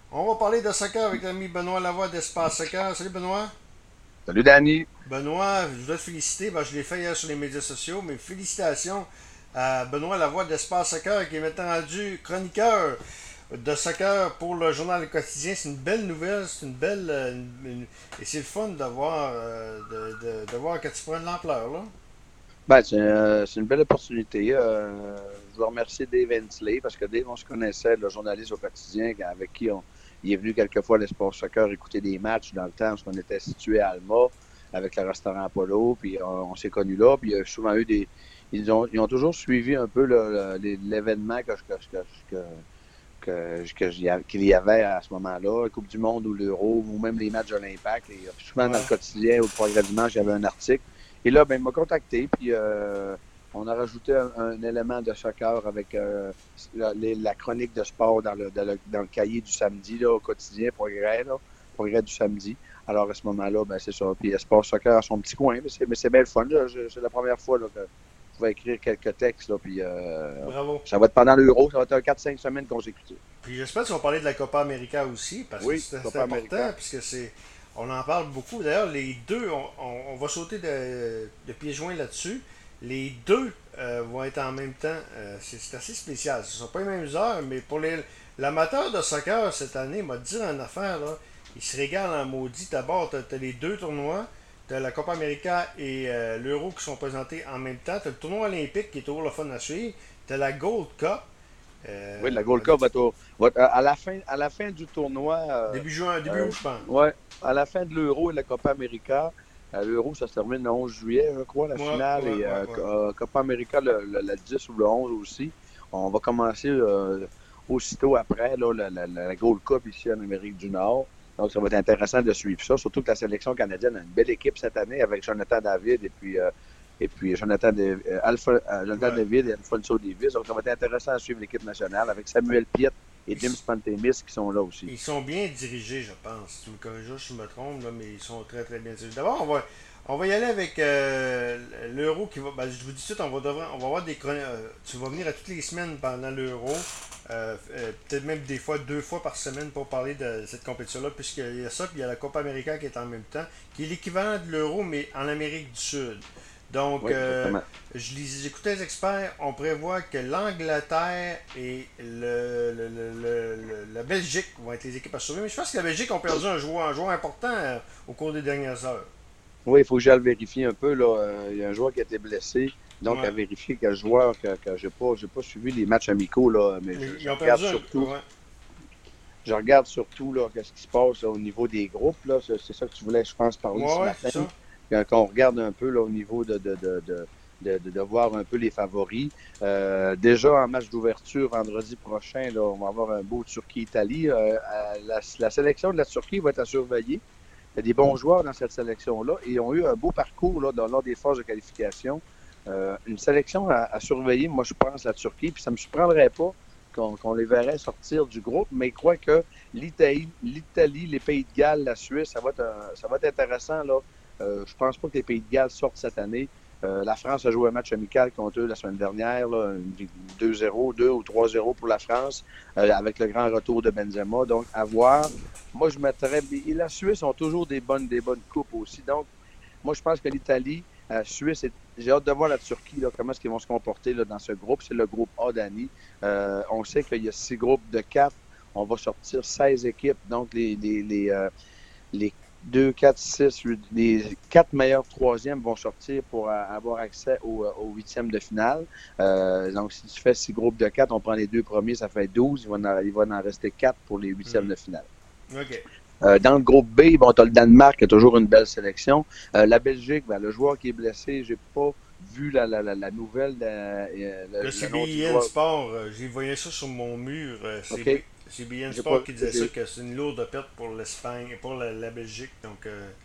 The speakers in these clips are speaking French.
On va parler de soccer avec l'ami Benoît Lavoie d'Espace Soccer. Salut Benoît. Salut Danny. Benoît, je dois te féliciter. Je l'ai fait hier sur les médias sociaux, mais félicitations à Benoît Lavoie d'Espace Soccer qui est maintenant rendu chroniqueur de soccer pour le journal Le Quotidien. C'est une belle nouvelle, c'est une belle. Et c'est le fun de voir, de voir que tu prends de l'ampleur, là. C'est une belle opportunité. Je veux remercier Dave Hensley parce que Dave, on se connaissait, le journaliste au quotidien avec qui il est venu quelquefois à l'Espace Soccer écouter des matchs dans le temps où on était situé à Alma avec le restaurant Apollo. Puis on s'est connus là. Puis il y a souvent eu des. Ils ont toujours suivi un peu l'événement qu'il y avait à ce moment-là, la Coupe du Monde ou l'Euro, ou même les matchs de l'Impact. Et souvent dans le Ouais. quotidien, au progrès dimanche, il y avait un article. Et là, ben, il m'a contacté, puis on a rajouté un élément de soccer avec la chronique de sport dans le cahier du samedi, là, au quotidien, progrès du samedi. Alors à ce moment-là, ben, c'est ça. Puis Sport Soccer a son petit coin, mais c'est bien le fun. C'est la première fois là, que je pouvais écrire quelques textes, là, puis Bravo. ça va être pendant l'Euro, ça va être un 4-5 semaines consécutives. Puis j'espère que tu vas parler de la Copa América aussi, parce que Oui, c'est Copa important, América. puisque c'est. On en parle beaucoup. D'ailleurs, les deux, on va sauter de pieds joints là-dessus. Les deux vont être en même temps. C'est assez spécial. Ce ne sont pas les mêmes heures, mais pour l'amateur de soccer cette année, m'a dit en affaire, là, il se régale en maudit. D'abord, tu as les deux tournois. Tu as la Copa América et l'Euro qui sont présentés en même temps. Tu as le tournoi olympique qui est toujours le fun à suivre. Tu as la Gold Cup. Oui, la On Gold dit Cup à la fin du tournoi, début juin, début août, je pense. ouais, à la fin de l'Euro et de la Copa América. L'Euro, ça se termine le 11 juillet, je crois, la Ouais, finale, ouais, et ouais, ouais. Copa América le 10 ou le 11 aussi. On va commencer aussitôt après là, la Gold Cup ici en Amérique du Nord. Donc, ça va être intéressant de suivre ça, surtout que la sélection canadienne a une belle équipe cette année avec Jonathan David et puis Jonathan Ouais. David et Alfonso Davis. Donc, ça va être intéressant à suivre l'équipe nationale avec Samuel Piet et Ils, Dim Pantemis qui sont là aussi. ils sont bien dirigés, je pense. Tu me corriges si je me trompe, là, mais ils sont très très bien dirigés. D'abord, on va y aller avec l'euro qui va. Je vous dis tout de suite, on va avoir des chroniques. Tu vas venir à toutes les semaines pendant l'euro. Peut-être même des fois, 2 fois par semaine pour parler de cette compétition-là, puisqu'il y a ça, puis il y a la Copa América qui est en même temps, qui est l'équivalent de l'euro, mais en Amérique du Sud. Donc, Oui, exactement. j'écoutais les experts, on prévoit que l'Angleterre et la Belgique vont être les équipes à surveiller. Mais je pense que la Belgique ont perdu un joueur important au cours des dernières heures. Oui, il faut que j'aille vérifier un peu. Là. Il y a un joueur qui a été blessé. Donc, à Ouais. vérifier quel joueur que j'ai pas suivi les matchs amicaux, là, mais Mais je, ils je ont regarde perdu un. surtout. Ouais. Je regarde surtout là, qu'est-ce qui se passe là, au niveau des groupes. Là. C'est ça que tu voulais, je pense, parler Ouais, ce ouais, matin. c'est ça. Quand on regarde un peu là, au niveau de voir un peu les favoris. Déjà en match d'ouverture vendredi prochain, là, on va avoir un beau Turquie-Italie. La sélection de la Turquie va être à surveiller. Il y a des bons joueurs dans cette sélection-là et ils ont eu un beau parcours là, lors des phases de qualification. Une sélection à surveiller, moi je pense, la Turquie, puis ça ne me surprendrait pas qu'on les verrait sortir du groupe, mais je crois que l'Italie, les Pays de Galles, la Suisse, ça va être intéressant. Là. Je ne pense pas que les Pays de Galles sortent cette année. La France a joué un match amical contre eux la semaine dernière, là, 2-0, 2 ou 3-0 pour la France, avec le grand retour de Benzema. Donc, à voir. Moi, je mettrais. Et la Suisse ont toujours des bonnes coupes aussi. Donc, moi, je pense que l'Italie, la Suisse, j'ai hâte de voir la Turquie, là, comment est-ce qu'ils vont se comporter là, dans ce groupe. C'est le groupe A, Dani. On sait qu'il y a 6 groupes de 4. On va sortir 16 équipes. Donc, les 2, 4, 6, les 4 meilleurs troisièmes vont sortir pour avoir accès au huitième de finale. Donc, si tu fais 6 groupes de 4, on prend les 2 premiers, ça fait 12. Il va en rester 4 pour les huitièmes Mhm. de finale. OK. Dans le groupe B, bon, tu as le Danemark qui a toujours une belle sélection. La Belgique, ben, le joueur qui est blessé, j'ai pas vu la nouvelle, Là, le c'est nom du BIN joueur. Sport. J'ai voyé ça sur mon mur. OK? C'est BIN J'ai pas, Sport qui disait ça, j'ai, que c'est une lourde perte pour l'Espagne et pour la Belgique. Donc,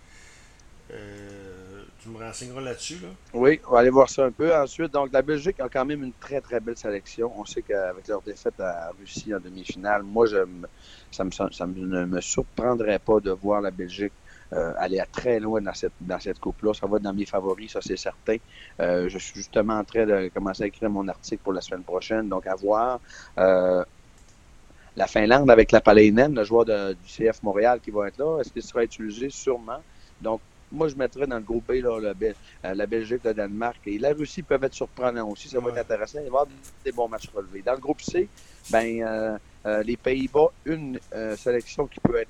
tu me renseigneras là-dessus, là. Oui, on va aller voir ça un peu. Ensuite, donc, la Belgique a quand même une très, très belle sélection. On sait qu'avec leur défaite à Russie en demi-finale, moi, ne me surprendrait pas de voir la Belgique aller à très loin dans cette coupe-là. Ça va être dans mes favoris, ça, c'est certain. Je suis justement en train de commencer à écrire mon article pour la semaine prochaine, donc à voir. Euh, La Finlande avec la Palainen, le joueur du CF Montréal qui va être là, est-ce qu'il sera utilisé? Sûrement. Donc, moi, je mettrais dans le groupe B là, la Belgique, le Danemark et la Russie peuvent être surprenants aussi. Ça va être intéressant. Il va y avoir des bons matchs relevés. Dans le groupe C, les Pays-Bas, une sélection qui peut être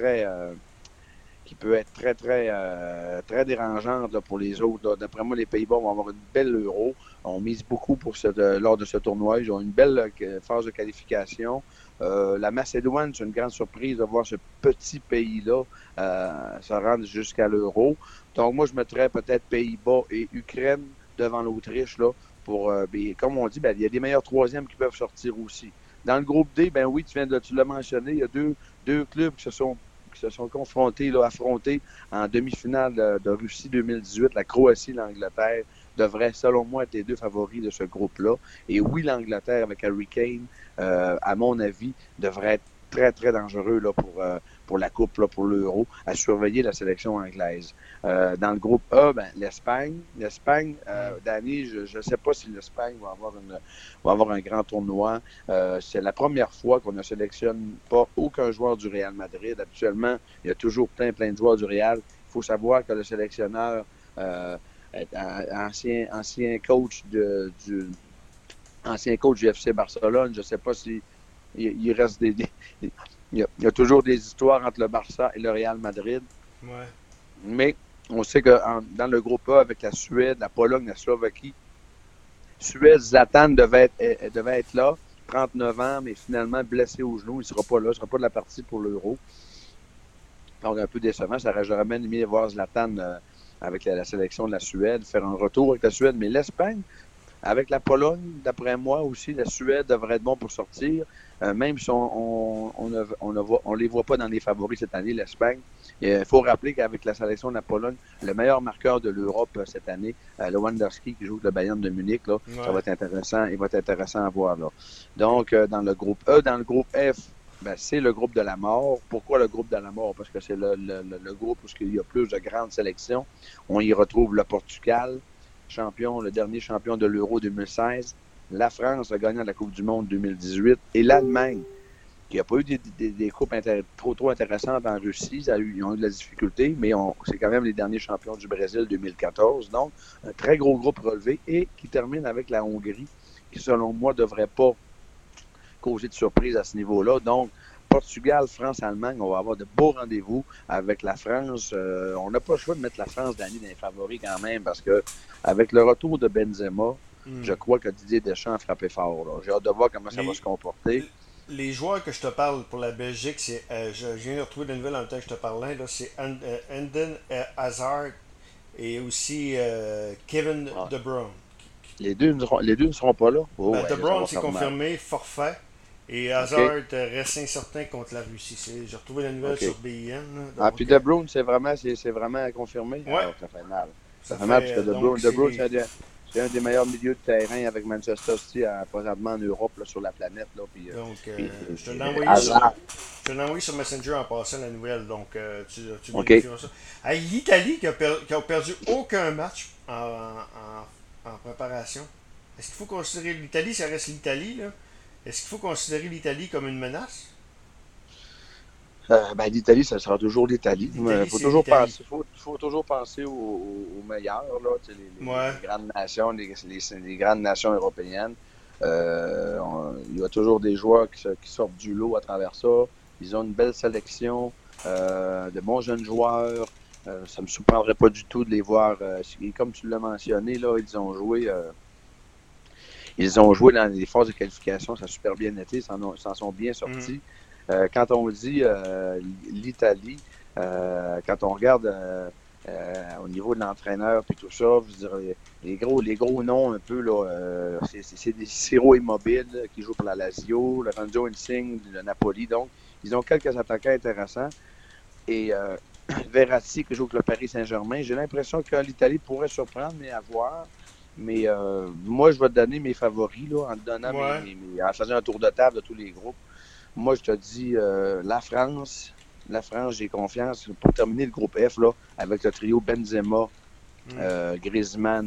très dérangeante là, pour les autres. Là. D'après moi, les Pays-Bas vont avoir une belle Euro. On mise beaucoup lors de ce tournoi. Ils ont une belle phase de qualification. La Macédoine, c'est une grande surprise de voir ce petit pays-là se rendre jusqu'à l'Euro. Donc, moi, je mettrais peut-être Pays-Bas et Ukraine devant l'Autriche. Là, comme on dit, il y a des meilleurs troisièmes qui peuvent sortir aussi. Dans le groupe D, oui, tu l'as mentionné, il y a deux clubs qui se sont affrontés en demi-finale de Russie 2018. La Croatie et l'Angleterre devraient, selon moi, être les deux favoris de ce groupe-là. Et oui, l'Angleterre avec Harry Kane, à mon avis, devrait être très, très dangereux là, pour la Coupe, là, pour l'Euro, à surveiller la sélection anglaise. Dans le groupe A, l'Espagne. Danny, je ne sais pas si l'Espagne va avoir un grand tournoi. C'est la première fois qu'on ne sélectionne pas aucun joueur du Real Madrid. Habituellement, il y a toujours plein de joueurs du Real. Il faut savoir que le sélectionneur ancien coach du FC Barcelone. Je ne sais pas si il reste il y a toujours des histoires entre le Barça et le Real Madrid. Ouais. Mais on sait que dans le groupe A, avec la Suède, la Pologne, la Slovaquie, Suède, Zlatan devait être là, 39 ans, mais finalement blessé au genou. Il ne sera pas là, il ne sera pas de la partie pour l'Euro. Donc, un peu décevant. J'aurais bien aimé voir Zlatan avec la sélection de la Suède, faire un retour avec la Suède. Mais l'Espagne, avec la Pologne, d'après moi aussi, la Suède devrait être bon pour sortir. Même si on ne les voit pas dans les favoris cette année, l'Espagne. Il faut rappeler qu'avec la sélection de la Pologne, le meilleur marqueur de l'Europe cette année, Lewandowski, qui joue avec le Bayern de Munich, là, ça va être intéressant. Il va être intéressant à voir. Là. Donc, dans le groupe E, dans le groupe F, c'est le groupe de la mort. Pourquoi le groupe de la mort? Parce que c'est le groupe où il y a plus de grandes sélections. On y retrouve le Portugal, le dernier champion de l'Euro 2016. La France, le gagnant de la Coupe du Monde 2018. Et l'Allemagne, qui n'a pas eu des coupes trop intéressantes en Russie. Ils ont eu de la difficulté, mais c'est quand même les derniers champions du Brésil 2014. Donc, un très gros groupe relevé et qui termine avec la Hongrie, qui, selon moi, ne devrait pas causer de surprise à ce niveau-là. Donc, Portugal, France, Allemagne, on va avoir de beaux rendez-vous avec la France. On n'a pas le choix de mettre la France dans les favoris quand même, parce que avec le retour de Benzema, je crois que Didier Deschamps a frappé fort. Là. J'ai hâte de voir comment ça va se comporter. Les joueurs que je te parle pour la Belgique, c'est je viens de retrouver des nouvelles en même temps que je te parlais. Là, c'est Eden Hazard et aussi Kevin De Bruyne. Les deux ne seront pas là. De Bruyne, c'est confirmé, forfait. Et Hazard reste incertain contre la Russie. J'ai retrouvé la nouvelle sur BIN. Puis De Bruyne, c'est vraiment confirmé. Ouais. Alors, ça fait mal. Ça fait mal parce que De Bruyne, c'est un des meilleurs milieux de terrain avec Manchester City présentement en Europe, là, sur la planète. Là, je te l'ai envoyé sur Messenger en passant la nouvelle. Donc, tu vérifieras ça. L'Italie qui a perdu aucun match en préparation. Est-ce qu'il faut considérer l'Italie, ça reste l'Italie, là? Est-ce qu'il faut considérer l'Italie comme une menace? L'Italie, ça sera toujours l'Italie. Il faut toujours penser aux meilleurs, là, les grandes nations, les grandes nations européennes. Il y a toujours des joueurs qui sortent du lot à travers ça. Ils ont une belle sélection, de bons jeunes joueurs. Ça ne me surprendrait pas du tout de les voir. Comme tu l'as mentionné, là, ils ont joué dans les phases de qualification, ça a super bien été, ils s'en sont bien sortis. Quand on dit l'Italie, quand on regarde au niveau de l'entraîneur puis tout ça, je veux dire, les gros noms un peu, là, c'est des Ciro Immobile qui joue pour la Lazio, Lorenzo Insigne de Napoli. Donc, ils ont quelques attaquants intéressants. Et Verratti qui joue pour le Paris Saint-Germain. J'ai l'impression que l'Italie pourrait surprendre, mais à voir. Mais moi, je vais te donner mes favoris là, en te donnant en faisant un tour de table de tous les groupes. Moi, je te dis la France, j'ai confiance pour terminer le groupe F là, avec le trio Benzema, Griezmann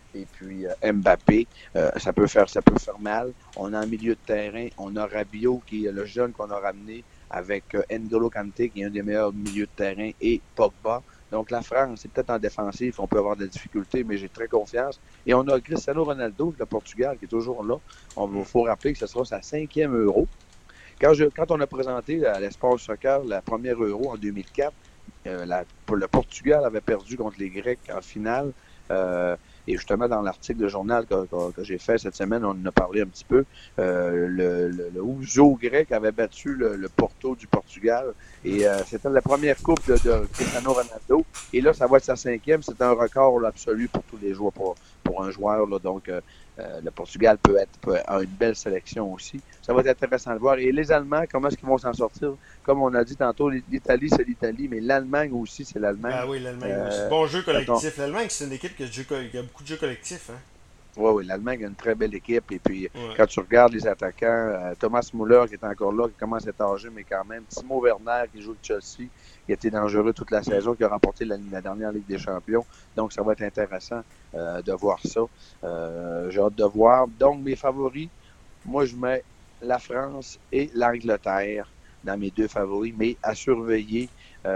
et puis Mbappé, ça peut faire mal. On a un milieu de terrain, on a Rabiot qui est le jeune qu'on a ramené avec N'Golo Kanté qui est un des meilleurs milieux de terrain et Pogba. Donc la France, c'est peut-être en défensive, on peut avoir des difficultés, mais j'ai très confiance. Et on a Cristiano Ronaldo, le Portugal, qui est toujours là. Il faut rappeler que ce sera sa 5e Euro. Quand on a présenté à l'Espace Soccer la première Euro en 2004, le Portugal avait perdu contre les Grecs en finale. Et justement, dans l'article de journal que j'ai fait cette semaine, on en a parlé un petit peu. Le Ouzo grec avait battu le Porto du Portugal. Et c'était la première coupe de Cristiano Ronaldo. Et là, ça va être sa 5e. C'est un record là, absolu pour tous les joueurs, pour un joueur. Là. Donc, le Portugal peut avoir une belle sélection aussi. Ça va être intéressant de voir. Et les Allemands, comment est-ce qu'ils vont s'en sortir? Comme on a dit tantôt, l'Italie, c'est l'Italie, mais l'Allemagne aussi, c'est l'Allemagne. Ah oui, l'Allemagne aussi. Bon jeu collectif. L'Allemagne, c'est une équipe qui a beaucoup de jeux collectifs. Hein? Oui, oui, l'Allemagne a une très belle équipe. Et puis, Ouais. quand tu regardes les attaquants, Thomas Müller qui est encore là, qui commence à être âgé, mais quand même, Timo Werner qui joue le Chelsea, qui a été dangereux toute la saison, qui a remporté la dernière Ligue des Champions. Donc, ça va être intéressant de voir ça. J'ai hâte de voir. Donc, mes favoris, moi, je mets la France et l'Angleterre dans mes deux favoris, mais à surveiller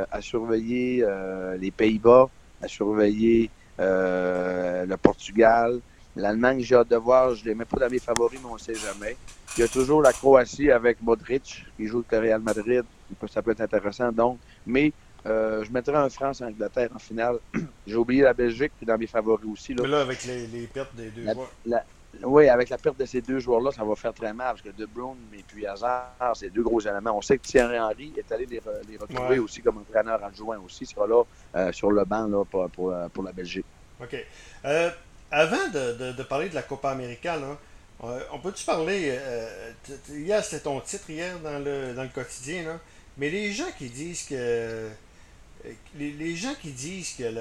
les Pays-Bas, à surveiller le Portugal. L'Allemagne, j'ai hâte de voir. Je ne les mets pas dans mes favoris, mais on ne sait jamais. Il y a toujours la Croatie avec Modric, qui joue le Real Madrid. Ça peut être intéressant, donc. Mais je mettrais un France-Angleterre en finale. J'ai oublié la Belgique, qui est dans mes favoris aussi. Là. Mais là, avec les pertes des deux joueurs. Oui, avec la perte de ces deux joueurs-là, ça va faire très mal, parce que De Bruyne et puis Hazard, c'est deux gros éléments. On sait que Thierry Henry est allé les retrouver aussi comme entraîneur adjoint aussi. Il sera là sur le banc là, pour la Belgique. OK. Avant de parler de la Copa América, là, on peut-tu parler. Hier, c'était ton titre, hier, dans le quotidien, là. Mais les gens qui disent que. Les gens qui disent que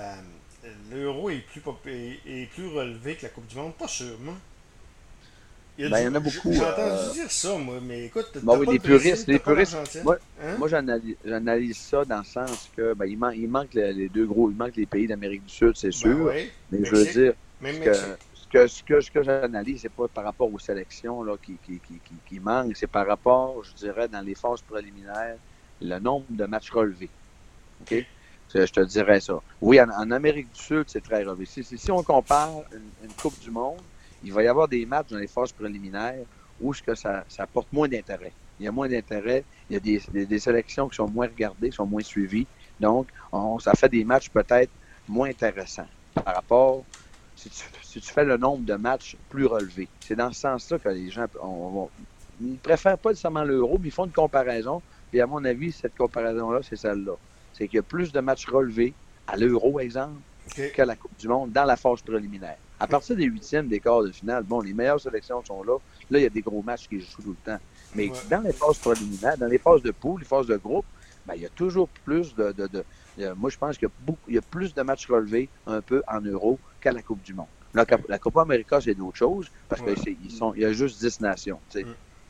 l'euro est plus relevé que la Coupe du Monde, pas sûr, moi. Il y en a beaucoup. J'ai entendu dire ça, moi, mais écoute, t'as oui, pas les le Brésil, puristes, t'as pas l'Argentine. Hein? moi j'analyse ça dans le sens que il manque les deux gros, il manque les pays d'Amérique du Sud, c'est sûr. Oui, mais je veux dire même ce que j'analyse, c'est pas par rapport aux sélections là, qui manquent, c'est par rapport, je dirais, dans les phases préliminaires, le nombre de matchs relevés. OK? Je te dirais ça. Oui, en Amérique du Sud, c'est très relevé. Si on compare une Coupe du Monde, il va y avoir des matchs dans les phases préliminaires où ça porte moins d'intérêt. Il y a moins d'intérêt, il y a des sélections qui sont moins regardées, qui sont moins suivies. Donc, ça fait des matchs peut-être moins intéressants par rapport, si tu fais le nombre de matchs plus relevés. C'est dans ce sens-là que les gens ils ne préfèrent pas nécessairement l'euro, mais ils font une comparaison. Et à mon avis, cette comparaison-là, c'est celle-là. C'est qu'il y a plus de matchs relevés à l'euro, exemple, qu'à la Coupe du Monde dans la phase préliminaire. À partir des huitièmes, des quarts de finale, bon, les meilleures sélections sont là. Là, il y a des gros matchs qui jouent tout le temps. Mais dans les phases préliminaires, dans les phases de poule, les phases de groupe, il y a toujours plus moi, je pense qu'il y a plus de matchs relevés un peu en euro qu'à la Coupe du Monde. La Copa América, c'est d'autres choses parce qu'il y a juste 10 nations. Tu sais.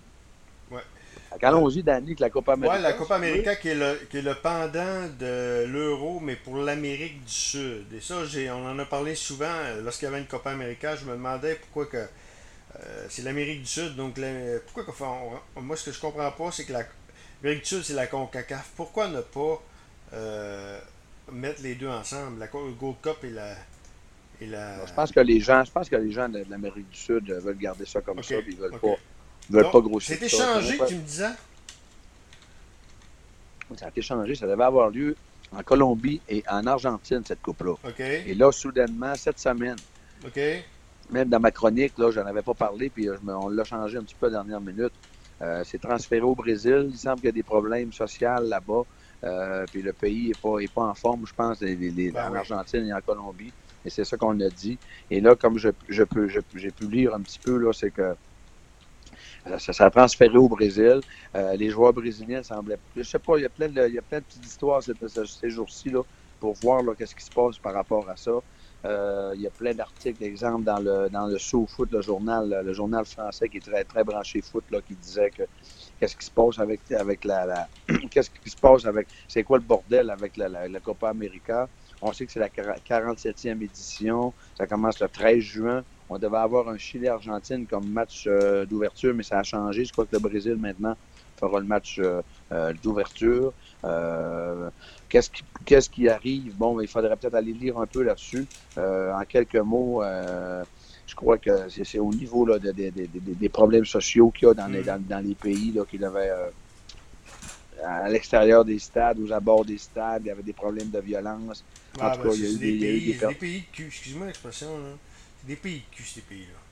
Allons-y, Danny, avec la Copa América. Oui, la Copa América qui est le pendant de l'Euro, mais pour l'Amérique du Sud. Et ça, on en a parlé souvent. Lorsqu'il y avait une Copa América, je me demandais pourquoi que c'est l'Amérique du Sud. Donc, moi, ce que je comprends pas, c'est que l'Amérique du Sud, c'est la CONCACAF. Pourquoi ne pas mettre les deux ensemble, la Gold Cup et la... Je pense que les gens de l'Amérique du Sud veulent garder ça comme ça, puis ils veulent pas grossir. C'était changé, tu me disais? Ça a été changé. Ça devait avoir lieu en Colombie et en Argentine, cette coupe-là. Et là, soudainement, cette semaine, même dans ma chronique, là, j'en avais pas parlé, puis on l'a changé un petit peu à la dernière minute. C'est transféré au Brésil. Il semble qu'il y a des problèmes sociaux là-bas. Puis le pays n'est pas en forme, je pense, en Argentine et en Colombie. Et c'est ça qu'on a dit. Et là, comme j'ai pu lire un petit peu, là, c'est que ça a transféré au Brésil. Les joueurs brésiliens semblaient... Je sais pas, il y a plein de petites histoires ces jours-ci là, pour voir qu'est-ce qui se passe par rapport à ça. Il y a plein d'articles, exemple, dans le SoFoot, le journal français qui est très, très branché foot, là, qui disait que qu'est-ce qui se passe qu'est-ce qui se passe avec... C'est quoi le bordel avec la Copa América? On sait que c'est la 47e édition. Ça commence le 13 juin. On devait avoir un Chili-Argentine comme match d'ouverture, mais ça a changé. Je crois que le Brésil, maintenant, fera le match d'ouverture. Qu'est-ce qui arrive? Bon, il faudrait peut-être aller lire un peu là-dessus. En quelques mots, je crois que c'est au niveau là, des problèmes sociaux qu'il y a dans les pays là, qui devaient à l'extérieur des stades, aux abords des stades, il y avait des problèmes de violence. En tout cas, il y a eu des des pays de cul, excuse-moi l'expression, là. C'est des pays de cul, ces pays-là.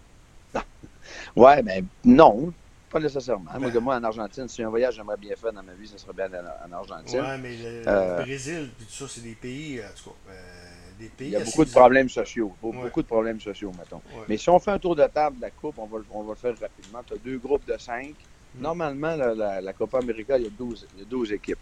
Ouais, mais non, pas nécessairement. Ben, Moi, en Argentine, si un voyage j'aimerais bien faire dans ma vie, ce serait bien en Argentine. ouais, mais le Euh, Brésil, puis tout ça, c'est des pays, en tout cas, des il y pays a assez beaucoup de bizarres. problèmes sociaux. Ouais, Beaucoup de problèmes sociaux, mettons. ouais. Mais si on fait un tour de table de la Coupe, on va le faire rapidement. Tu as deux groupes de 5. Mm. Normalement, la Copa América, il y a 12 équipes.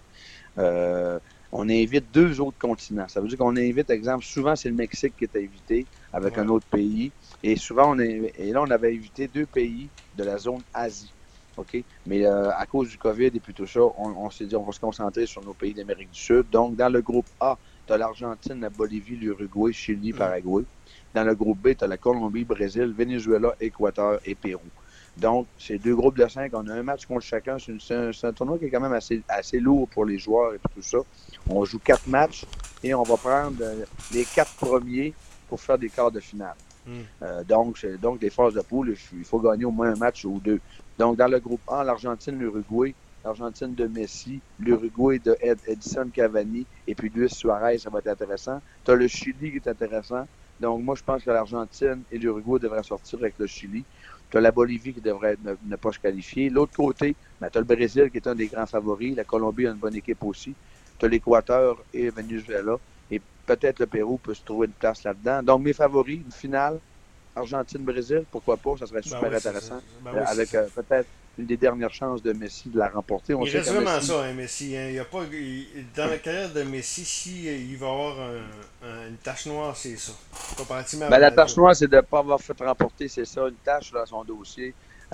Euh, on invite deux autres continents. Ça veut dire qu'on invite, exemple, souvent c'est le Mexique qui est invité avec Ouais. un autre pays. Et souvent, et là, on avait invité deux pays de la zone Asie. OK? Mais à cause du COVID et puis tout ça, on s'est dit on va se concentrer sur nos pays d'Amérique du Sud. Donc, dans le groupe A, tu as l'Argentine, la Bolivie, l'Uruguay, Chili, Mm. Paraguay. Dans le groupe B, tu as la Colombie, Brésil, Venezuela, Équateur et Pérou. Donc, c'est deux groupes de 5. On a un match contre chacun. C'est un tournoi qui est quand même assez lourd pour les joueurs et tout ça. On joue 4 matchs et on va prendre les 4 premiers pour faire des quarts de finale. Mm. Donc, les phases de poule, il faut gagner au moins un match ou deux. Donc, dans le groupe A, l'Argentine, l'Uruguay, l'Argentine de Messi, l'Uruguay de Edison Cavani et puis Luis Suarez, ça va être intéressant. Tu as le Chili qui est intéressant. Donc, moi, je pense que l'Argentine et l'Uruguay devraient sortir avec le Chili. Tu as la Bolivie qui devrait ne pas se qualifier. L'autre côté, ben, tu as le Brésil qui est un des grands favoris. La Colombie a une bonne équipe aussi. Tu as l'Équateur et Venezuela. Et peut-être le Pérou peut se trouver une place là-dedans. Donc, mes favoris, une finale, Argentine-Brésil, pourquoi pas, ça serait Ben super oui, c'est ça. intéressant. Ben oui, c'est Avec ça. peut-être une des dernières chances de Messi de la remporter. On Il sait reste que vraiment Messi, ça, hein, Messi. Hein. Il y a pas, dans la carrière de Messi, si il va avoir une tache noire, c'est ça. Comparativement à ben, la Ronaldo. tâche noire, c'est de ne pas avoir fait remporter, c'est ça, une tâche là, à son dossier,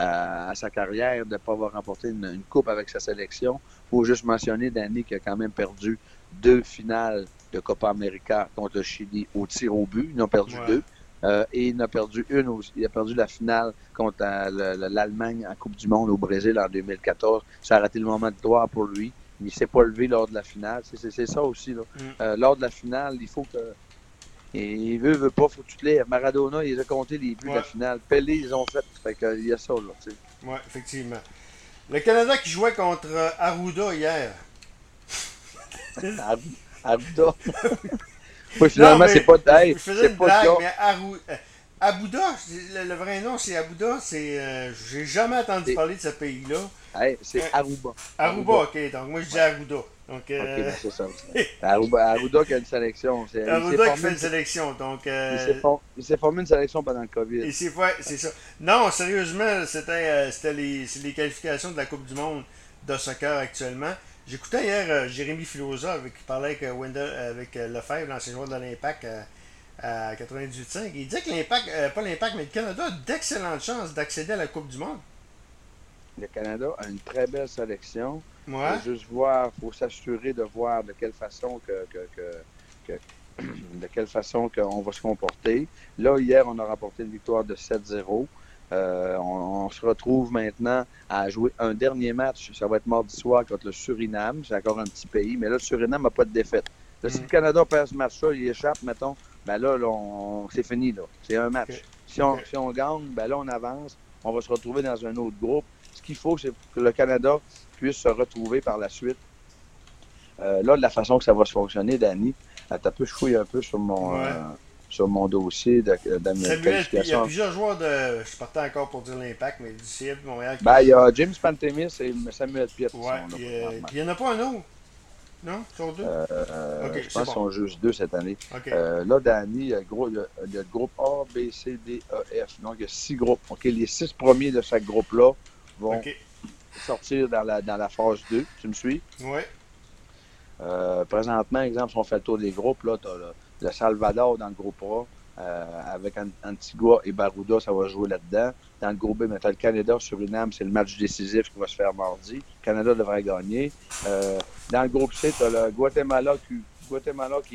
à sa carrière, de ne pas avoir remporté une coupe avec sa sélection. Il faut juste mentionner Danny qui a quand même perdu 2 finales de Copa América contre le Chili au tir au but. Ils en ont perdu Ouais. 2. Et il en a perdu une aussi. Il a perdu la finale contre l'Allemagne en Coupe du Monde au Brésil en 2014. Ça a raté le moment de gloire pour lui. Il ne s'est pas levé lors de la finale. C'est ça aussi. Là. Mm. Lors de la finale, il faut que et il veut pas, faut que tu te lèves. Maradona, il a compté les buts de Ouais. la finale. Pelé, ils ont fait. Fait que, il y a ça, là, tu sais. Ouais, effectivement. Le Canada qui jouait contre Arruda hier. Arruda. Oui, Non, finalement, c'est mais pas je hey, faisais c'est une pas de blague, gars. mais Abuda, le vrai nom c'est Abuda, c'est j'ai jamais entendu C'est parler de ce pays-là. c'est Aruba. Aruba, Aruba. ok, donc moi je dis Arruda. Donc OK, ben c'est ça. Aruba qui a une sélection. Arruda qui fait une sélection, donc Il s'est formé une sélection pendant le COVID. et c'est ça. Non, sérieusement, c'était les qualifications de la Coupe du Monde de soccer actuellement. J'écoutais hier Jérémy Filosa qui parlait avec avec Lefebvre, l'ancien joueur de l'Impact à 98.5. Il disait que l'Impact, pas l'Impact, mais le Canada a d'excellentes chances d'accéder à la Coupe du Monde. Le Canada a une très belle sélection. Il Ouais. faut juste voir, il faut s'assurer de voir de quelle façon que de quelle façon qu'on va se comporter. Là, hier, on a remporté une victoire de 7-0. On se retrouve maintenant à jouer un dernier match. Ça va être mardi soir contre le Suriname. C'est encore un petit pays, mais là, le Suriname n'a pas de défaite. Là, si Mm. le Canada perd ce match-là, il échappe, mettons, ben là, c'est fini. Là. C'est un Ok. match. Ok. Si on gagne, ben là, on avance. On va se retrouver dans un autre groupe. Ce qu'il faut, c'est que le Canada puisse se retrouver par la suite. Là, de la façon que ça va se fonctionner, Danny, t'as pu fouiller un peu Ouais. sur mon dossier de Samuel, puis il y a qualification. plusieurs joueurs de. Je partais encore pour dire l'Impact, mais du CF de Montréal qui. Ben, il y a James Pantemis et Samuel Piet qui sont Ouais. là Puis présentement. il n'y en a pas un autre. Non? Sur deux? Ok, Je c'est pense qu'ils bon. sont juste 2 cette année. Ok. Là, Danny, il y a le groupe A, B, C, D, E, F. Donc, il y a 6 groupes. OK, les 6 premiers de chaque groupe-là vont Ok. sortir dans la phase 2. Tu me suis? Ouais. Présentement, exemple, si on fait le tour des groupes, là, tu as le Salvador dans le groupe A, avec Antigua et Barbuda, ça va jouer là-dedans. Dans le groupe B, tu as le Canada, Suriname, c'est le match décisif qui va se faire mardi. Le Canada devrait gagner. Dans le groupe C, tu as le Guatemala qui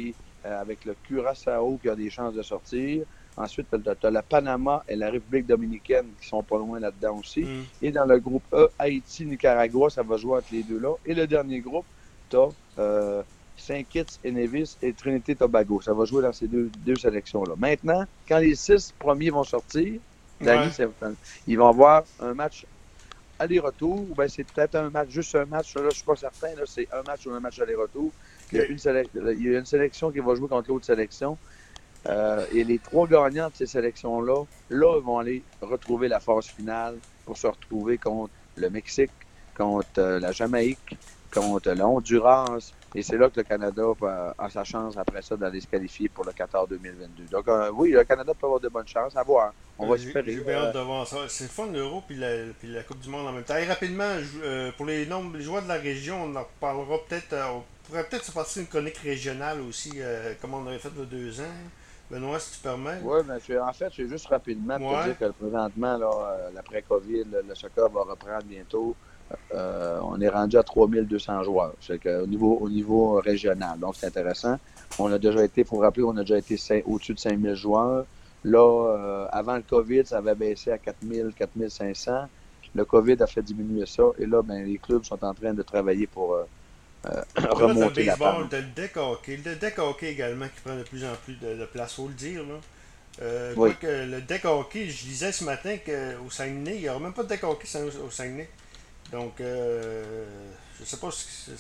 avec le Curaçao qui a des chances de sortir. Ensuite, tu as le Panama et la République dominicaine qui sont pas loin là-dedans aussi. Mm. Et dans le groupe E, Haïti, Nicaragua, ça va jouer entre les deux là. Et le dernier groupe, tu as Saint-Kitts et Nevis et Trinité-Tobago. Ça va jouer dans ces deux sélections-là. Maintenant, quand les 6 premiers vont sortir, Ouais. ils vont avoir un match aller-retour, ou bien c'est peut-être un match, juste un match, là, je ne suis pas certain, là, c'est un match ou un match aller-retour. Il y a une sélection qui va jouer contre l'autre sélection. Et les 3 gagnants de ces sélections-là, là, ils vont aller retrouver la phase finale pour se retrouver contre le Mexique, contre la Jamaïque, contre le Honduras. Et c'est là que le Canada a sa chance après ça d'aller se qualifier pour le Qatar 2022. Donc, oui, le Canada peut avoir de bonnes chances. À voir. On va espérer. J'ai bien hâte de voir ça. C'est le fun l'Euro puis la Coupe du Monde en même temps. Et rapidement, pour les joueurs de la région, on en reparlera peut-être. On pourrait peut-être se passer une chronique régionale aussi, comme on avait fait il y a 2 ans. Benoît, si tu permets. Oui, mais en fait, c'est juste rapidement pour te Ouais. dire que présentement, l'après-COVID, le soccer va reprendre bientôt. On est rendu à 3200 joueurs. C'est au niveau régional. Donc, c'est intéressant. On a déjà été, il faut rappeler, on a déjà été au-dessus de 5000 joueurs. Là, avant le COVID, ça avait baissé à 4000, 4500. Le COVID a fait diminuer ça. Et là, ben, les clubs sont en train de travailler pour Puis là, t'as le remonter la baseball, pente. t'as le deck hockey. Le deck hockey également qui prend de plus en plus de place, faut le dire. Là. Oui. Quoique le deck hockey, je disais ce matin qu'au Saguenay, il n'y aura même pas de deck hockey au Saguenay. Donc, je sais pas où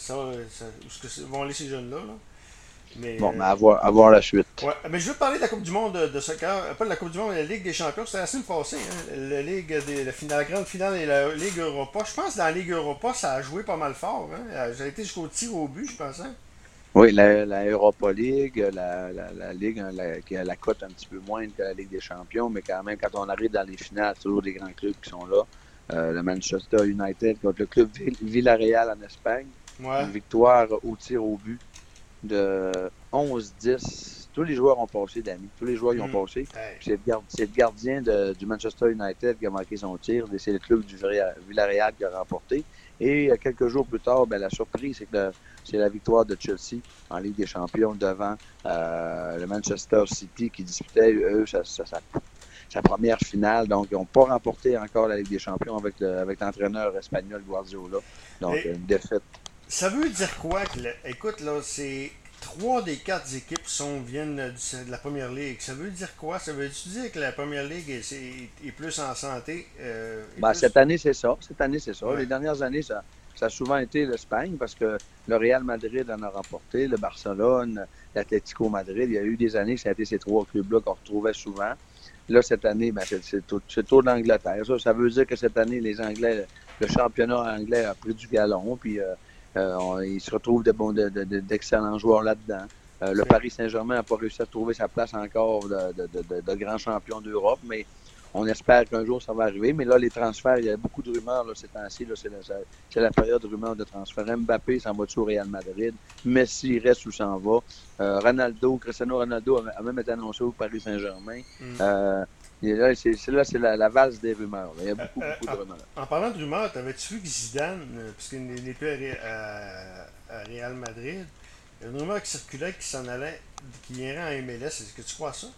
vont aller ces jeunes-là. Là. Mais, Bon, mais à voir la suite. ouais. Mais je veux parler de la Coupe du Monde de soccer. Pas de la Coupe du Monde, mais la Ligue des Champions. C'était la semaine passée. Hein. La grande finale et la Ligue Europa. Je pense que dans la Ligue Europa, ça a joué pas mal fort. Hein. Ça a été jusqu'au tir au but, je pense. Hein. Oui, la Europa League, la Ligue qui a la cote un petit peu moindre que la Ligue des Champions, mais quand même, quand on arrive dans les finales, c'est toujours des grands clubs qui sont là. Le Manchester United contre le club Villarreal en Espagne. Ouais. Une victoire au tir au but de 11-10. Tous les joueurs ont passé, Dani. Tous les joueurs y ont Hmm. passé. Hey. C'est le gardien du Manchester United qui a marqué son tir. C'est le club du Villarreal qui a remporté. Et quelques jours plus tard, ben, la surprise, c'est que c'est la victoire de Chelsea en Ligue des Champions devant le Manchester City qui disputait, eux, sa première finale. Donc, ils n'ont pas remporté encore la Ligue des Champions avec l'entraîneur espagnol Guardiola. Donc, Et une défaite. ça veut dire quoi que écoute là, c'est 3 des 4 équipes viennent de la première ligue. Ça veut dire quoi? Ça veut dire que la première ligue est plus en santé, est Ben, plus. cette année, c'est ça. Cette année, c'est ça. Ouais. Les dernières années, ça a souvent été l'Espagne parce que le Real Madrid en a remporté, le Barcelone, l'Atlético Madrid. Il y a eu des années, ça a été ces 3 clubs-là qu'on retrouvait souvent. Là, cette année, ben, c'est tout l'Angleterre. Ça veut dire que cette année, les Anglais, le championnat anglais a pris du galon, puis il se retrouve d'excellents joueurs là-dedans. Le Ok. Paris Saint-Germain n'a pas réussi à trouver sa place encore de grand champion d'Europe, mais on espère qu'un jour ça va arriver. Mais là, les transferts, il y a beaucoup de rumeurs là, ces temps-ci. C'est la période de rumeurs de transfert. Mbappé s'en va-tu au Real Madrid? Messi reste ou s'en va? Cristiano Ronaldo a même été annoncé au Paris Saint-Germain. Hmm. Et là, c'est la valse des rumeurs. Là. Il y a Euh, beaucoup, euh, beaucoup de rumeurs. en parlant de rumeurs, t'avais-tu vu que Zidane, puisqu'il n'est plus à Real Madrid, il y a une rumeur qui circulait qui s'en allait, qui irait en MLS. Est-ce que tu crois ça?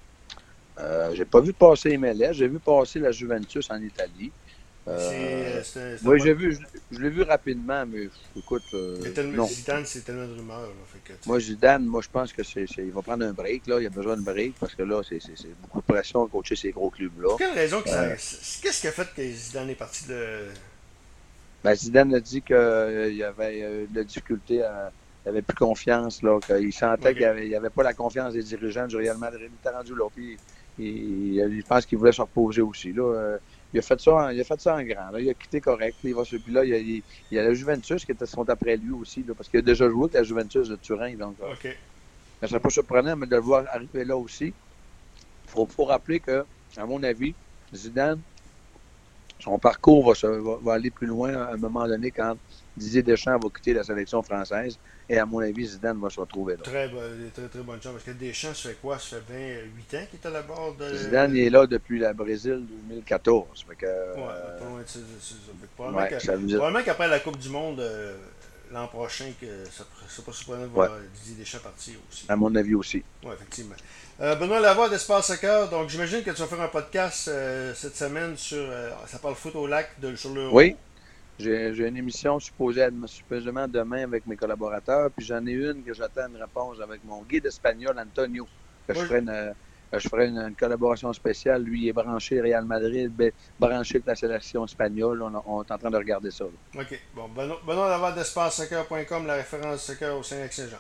J'ai pas vu passer MLS, j'ai vu passer la Juventus en Italie. Euh, C'est un oui, bon. je l'ai vu rapidement, mais écoute, non. Zidane, c'est tellement de rumeurs. Là, fait que, tu sais. Moi, Zidane, moi, je pense que il va prendre un break, là. Il a besoin de break parce que là, c'est beaucoup de pression à coacher ces gros Pour clubs-là. quelle raison Euh, qu'est-ce qui a fait que Zidane est parti de. ben, Zidane a dit qu'il y avait de la difficulté il avait plus confiance, là, qu'il sentait Ok. qu'il avait pas la confiance des dirigeants du Real Madrid. Il était rendu là, puis je pense qu'il voulait se reposer aussi, là. Il a fait ça en grand, là. Il a quitté correct, là, il va sur, puis là, il y a la Juventus sont après lui aussi, là, parce qu'il a déjà joué avec la Juventus de Turin, donc Ok. ça serait pas surprenant, mais de le voir arriver là aussi. Faut rappeler que, à mon avis, Zidane, son parcours va aller plus loin à un moment donné quand Didier Deschamps va quitter la sélection française. Et à mon avis, Zidane va se retrouver là. Très bonne chance. Parce que Deschamps, ça fait quoi? Ça fait 8 ans qu'il est à la barre Zidane de. il est là depuis la Brésil 2014. Fait que, Ouais, pas loin de ça. Fait que ouais, ça veut dire. probablement qu'après la Coupe du Monde, l'an prochain que ça serait pas surprenant de Ouais, voir Didier Deschamps partir aussi. à mon avis aussi. Oui, effectivement. Benoît Lavoie d'Espace Soccer, donc j'imagine que tu vas faire un podcast cette semaine sur, ça parle foot au lac sur l'Euro. Oui, j'ai une émission supposément demain avec mes collaborateurs, puis j'en ai une que j'attends une réponse avec mon guide espagnol, Antonio, que Moi, je ferai une collaboration spéciale. Lui, il est branché Real Madrid, branché avec la sélection espagnole. On est en train de regarder ça, là. OK. Bon, Benoît Lavoie d'Espace Soccer.com, la référence soccer au Saint-Lac-Saint-Jean.